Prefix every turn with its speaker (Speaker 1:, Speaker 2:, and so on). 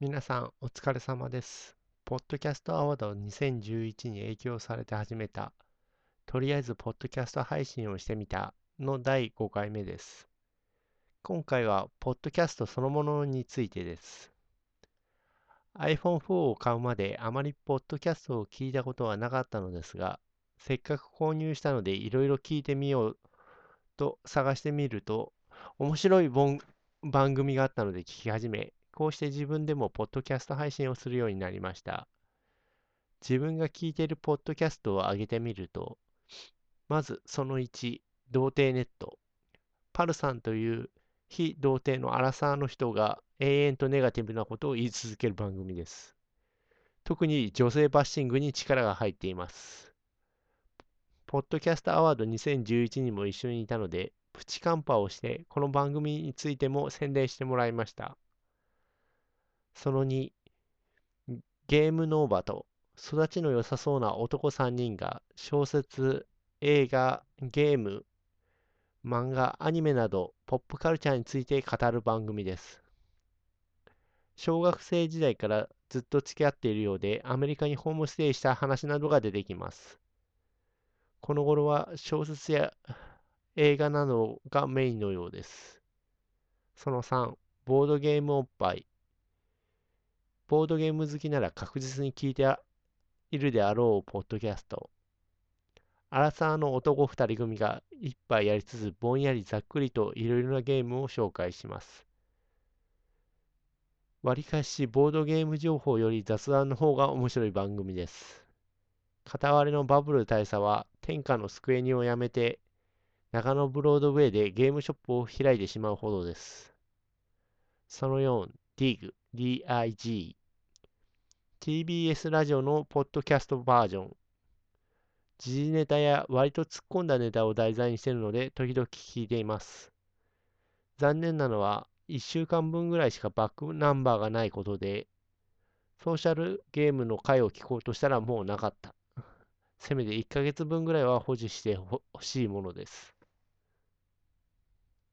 Speaker 1: 皆さん、お疲れ様です。ポッドキャストアワード2011に影響されて始めた、とりあえずポッドキャスト配信をしてみたの第5回目です。今回は、ポッドキャストそのものについてです。iPhone 4を買うまであまりポッドキャストを聞いたことはなかったのですが、せっかく購入したのでいろいろ聞いてみようと探してみると、面白い番組があったので聞き始め、こうして自分でもポッドキャスト配信をするようになりました。自分が聞いているポッドキャストを上げてみると、まずその1、童貞ネット。パルさんという非童貞のアラサーの人が永遠とネガティブなことを言い続ける番組です。特に女性バッシングに力が入っています。ポッドキャストアワード2011にも一緒にいたので、プチカンパをしてこの番組についても宣伝してもらいました。その2、ゲームノーバと育ちの良さそうな男3人が小説、映画、ゲーム、漫画、アニメなどポップカルチャーについて語る番組です。小学生時代からずっと付き合っているようで、アメリカにホームステイした話などが出てきます。この頃は小説や映画などがメインのようです。その3、ボードゲームおっぱい。ボードゲーム好きなら確実に聞いているであろうポッドキャスト。アラサーの男二人組が一杯やりつつぼんやりざっくりといろいろなゲームを紹介します。わりかしボードゲーム情報より雑談の方が面白い番組です。片割れのバブル大佐は天下の机煮をやめて中野ブロードウェイでゲームショップを開いてしまうほどです。その4、DIG、DIG。TBS ラジオのポッドキャストバージョン。時事ネタや割と突っ込んだネタを題材にしているので時々聞いています。残念なのは1週間分ぐらいしかバックナンバーがないことで、ソーシャルゲームの回を聞こうとしたらもうなかった。せめて1ヶ月分ぐらいは保持してほしいものです。